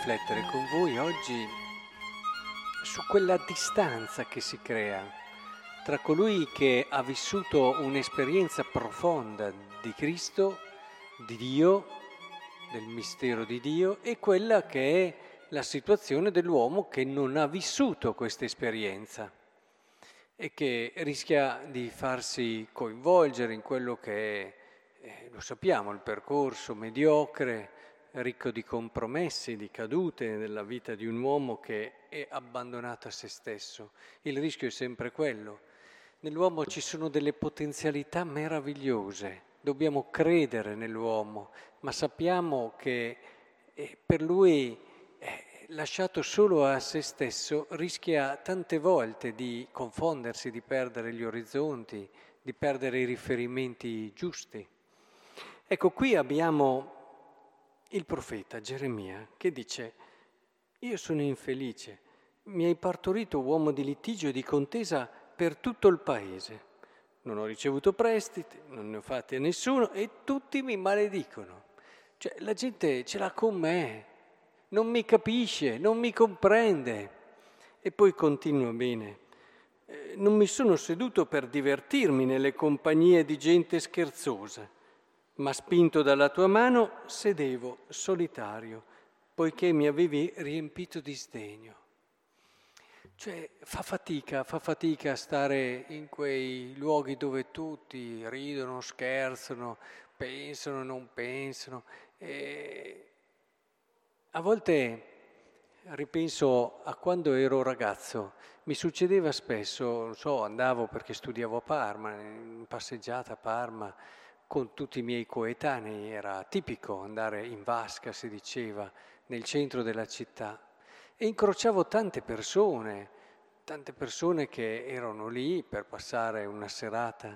riflettere con voi oggi su quella distanza che si crea tra colui che ha vissuto un'esperienza profonda di Cristo, di Dio, del mistero di Dio, e quella che è la situazione dell'uomo che non ha vissuto questa esperienza e che rischia di farsi coinvolgere in quello che è, lo sappiamo, il percorso mediocre, ricco di compromessi, di cadute nella vita di un uomo che è abbandonato a se stesso. Il rischio è sempre quello. Nell'uomo ci sono delle potenzialità meravigliose, dobbiamo credere nell'uomo, ma sappiamo che per lui, lasciato solo a se stesso, rischia tante volte di confondersi, di perdere gli orizzonti, di perdere i riferimenti giusti. Ecco, qui abbiamo il profeta Geremia che dice: io sono infelice, mi hai partorito uomo di litigio e di contesa per tutto il paese. Non ho ricevuto prestiti, non ne ho fatti a nessuno e tutti mi maledicono. Cioè la gente ce l'ha con me, non mi capisce, non mi comprende. E poi continua bene. Non mi sono seduto per divertirmi nelle compagnie di gente scherzosa, ma spinto dalla tua mano sedevo solitario, poiché mi avevi riempito di sdegno. Cioè fa fatica a stare in quei luoghi dove tutti ridono, scherzano, pensano, non pensano. E a volte ripenso a quando ero ragazzo, mi succedeva spesso, non so, andavo perché studiavo a Parma, in passeggiata a Parma, con tutti i miei coetanei, era tipico andare in vasca, si diceva, nel centro della città. E incrociavo tante persone che erano lì per passare una serata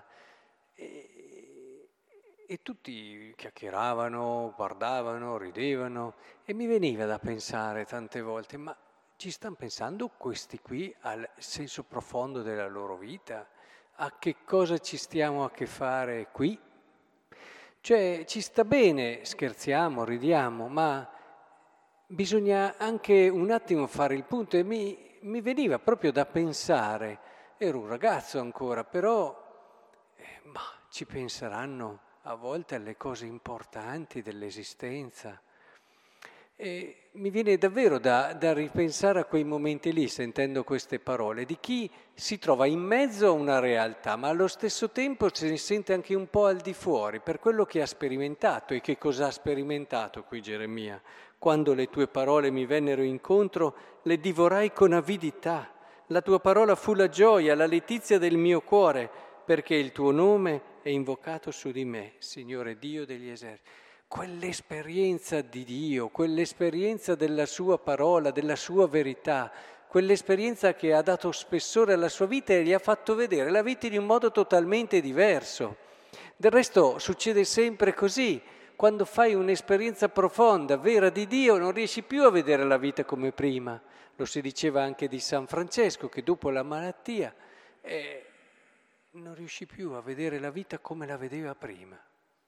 e tutti chiacchieravano, guardavano, ridevano e mi veniva da pensare tante volte, ma ci stanno pensando questi qui al senso profondo della loro vita? A che cosa ci stiamo a che fare qui? Cioè ci sta bene, scherziamo, ridiamo, ma bisogna anche un attimo fare il punto e mi veniva proprio da pensare, ero un ragazzo ancora, però ma ci penseranno a volte alle cose importanti dell'esistenza. E mi viene davvero da ripensare a quei momenti lì, sentendo queste parole, di chi si trova in mezzo a una realtà, ma allo stesso tempo se ne sente anche un po' al di fuori, per quello che ha sperimentato. E che cosa ha sperimentato qui Geremia? Quando le tue parole mi vennero incontro, le divorai con avidità. La tua parola fu la gioia, la letizia del mio cuore, perché il tuo nome è invocato su di me, Signore Dio degli eserciti. Quell'esperienza di Dio, quell'esperienza della sua parola, della sua verità, quell'esperienza che ha dato spessore alla sua vita e gli ha fatto vedere la vita in un modo totalmente diverso. Del resto succede sempre così. Quando fai un'esperienza profonda, vera di Dio, non riesci più a vedere la vita come prima. Lo si diceva anche di San Francesco, che dopo la malattia non riuscì più a vedere la vita come la vedeva prima.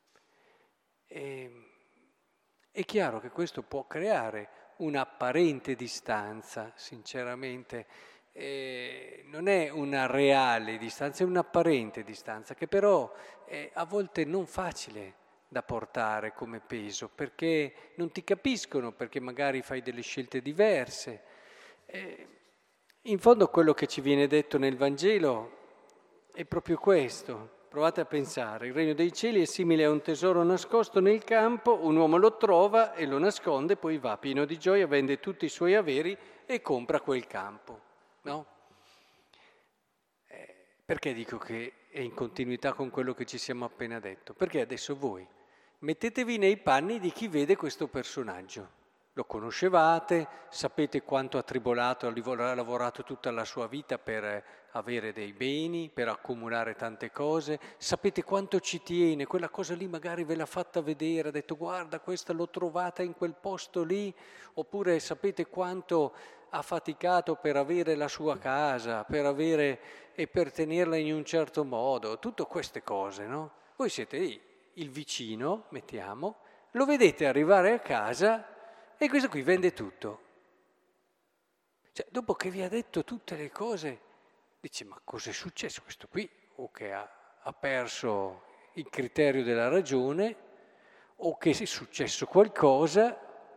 È chiaro che questo può creare un'apparente distanza, sinceramente. Non è una reale distanza, è un'apparente distanza, che però è a volte non facile da portare come peso, perché non ti capiscono, perché magari fai delle scelte diverse. In fondo quello che ci viene detto nel Vangelo è proprio questo. Provate a pensare, il regno dei cieli è simile a un tesoro nascosto nel campo, un uomo lo trova e lo nasconde, poi va pieno di gioia, vende tutti i suoi averi e compra quel campo, no? Perché dico che è in continuità con quello che ci siamo appena detto? Perché adesso voi mettetevi nei panni di chi vede questo personaggio. Lo conoscevate, sapete quanto ha tribolato, ha lavorato tutta la sua vita per avere dei beni, per accumulare tante cose, sapete quanto ci tiene, quella cosa lì magari ve l'ha fatta vedere, ha detto guarda questa l'ho trovata in quel posto lì, oppure sapete quanto ha faticato per avere la sua casa, per avere e per tenerla in un certo modo, tutte queste cose, no? Voi siete lì, il vicino, mettiamo, lo vedete arrivare a casa E questo qui vende tutto. Cioè, dopo che vi ha detto tutte le cose, dice, ma cos'è successo questo qui? O che ha perso il criterio della ragione, o che è successo qualcosa,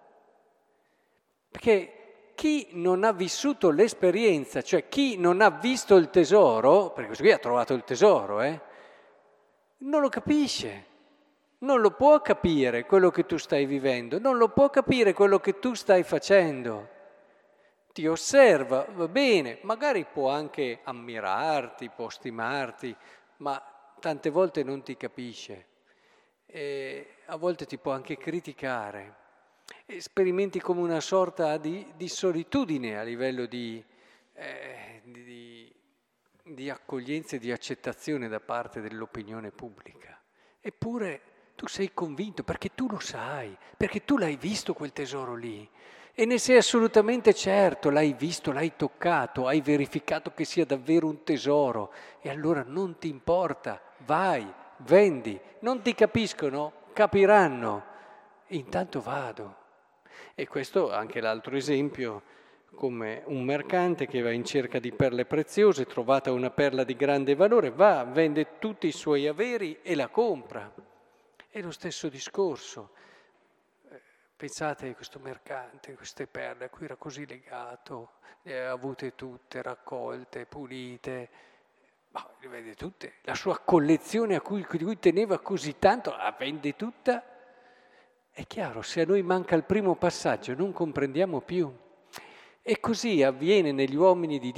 perché chi non ha vissuto l'esperienza, cioè chi non ha visto il tesoro, perché questo qui ha trovato il tesoro, non lo capisce. Non lo può capire quello che tu stai vivendo, non lo può capire quello che tu stai facendo. Ti osserva, va bene, magari può anche ammirarti, può stimarti, ma tante volte non ti capisce. E a volte ti può anche criticare. E sperimenti come una sorta di solitudine a livello di accoglienza e di accettazione da parte dell'opinione pubblica. Eppure tu sei convinto, perché tu lo sai, perché tu l'hai visto quel tesoro lì e ne sei assolutamente certo, l'hai visto, l'hai toccato, hai verificato che sia davvero un tesoro e allora non ti importa, vai, vendi, non ti capiscono, capiranno, intanto vado. E questo anche l'altro esempio, come un mercante che va in cerca di perle preziose, trovata una perla di grande valore, va, vende tutti i suoi averi e la compra. È lo stesso discorso. Pensate a questo mercante, queste perle a cui era così legato, le ha avute tutte, raccolte, pulite, ma le vende tutte. La sua collezione di cui teneva così tanto, la vende tutta. È chiaro, se a noi manca il primo passaggio non comprendiamo più. E così avviene negli uomini di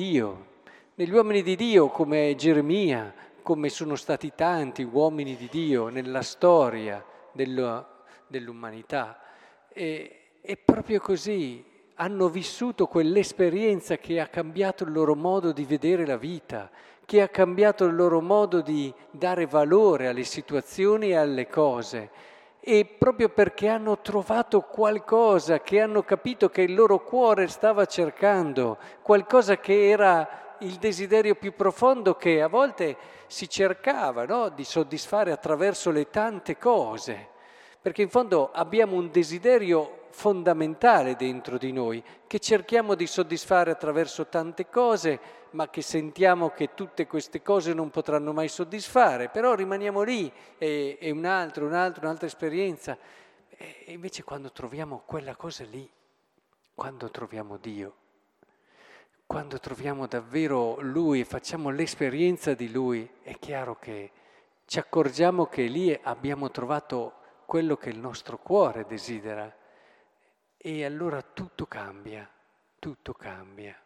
Dio come Geremia, come sono stati tanti uomini di Dio nella storia dell'umanità. E proprio così hanno vissuto quell'esperienza che ha cambiato il loro modo di vedere la vita, che ha cambiato il loro modo di dare valore alle situazioni e alle cose. E proprio perché hanno trovato qualcosa che hanno capito che il loro cuore stava cercando, qualcosa che era il desiderio più profondo che a volte si cercava, no? Di soddisfare attraverso le tante cose, perché in fondo abbiamo un desiderio fondamentale dentro di noi che cerchiamo di soddisfare attraverso tante cose, ma che sentiamo che tutte queste cose non potranno mai soddisfare, però rimaniamo lì e un'altra esperienza. E invece quando troviamo quella cosa lì, quando troviamo Dio, quando troviamo davvero Lui e facciamo l'esperienza di Lui, è chiaro che ci accorgiamo che lì abbiamo trovato quello che il nostro cuore desidera e allora tutto cambia, tutto cambia.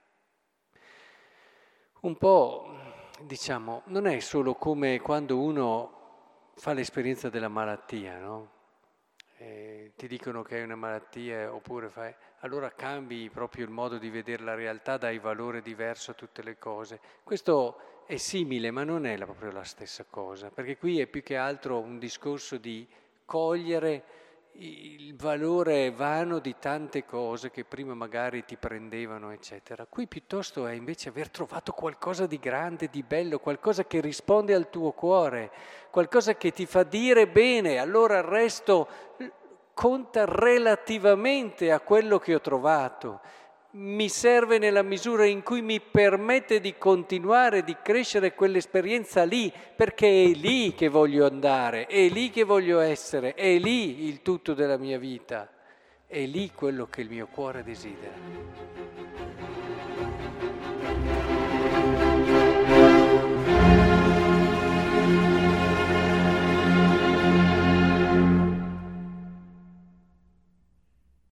Un po', diciamo, non è solo come quando uno fa l'esperienza della malattia, no? Ti dicono che hai una malattia oppure allora cambi proprio il modo di vedere la realtà, dai valore diverso a tutte le cose. Questo è simile, ma non è proprio la stessa cosa, perché qui è più che altro un discorso di cogliere il valore vano di tante cose che prima magari ti prendevano, eccetera. Qui piuttosto è invece aver trovato qualcosa di grande, di bello, qualcosa che risponde al tuo cuore, qualcosa che ti fa dire bene, allora il resto conta relativamente a quello che ho trovato. Mi serve nella misura in cui mi permette di continuare, di crescere quell'esperienza lì, perché è lì che voglio andare, è lì che voglio essere, è lì il tutto della mia vita, è lì quello che il mio cuore desidera.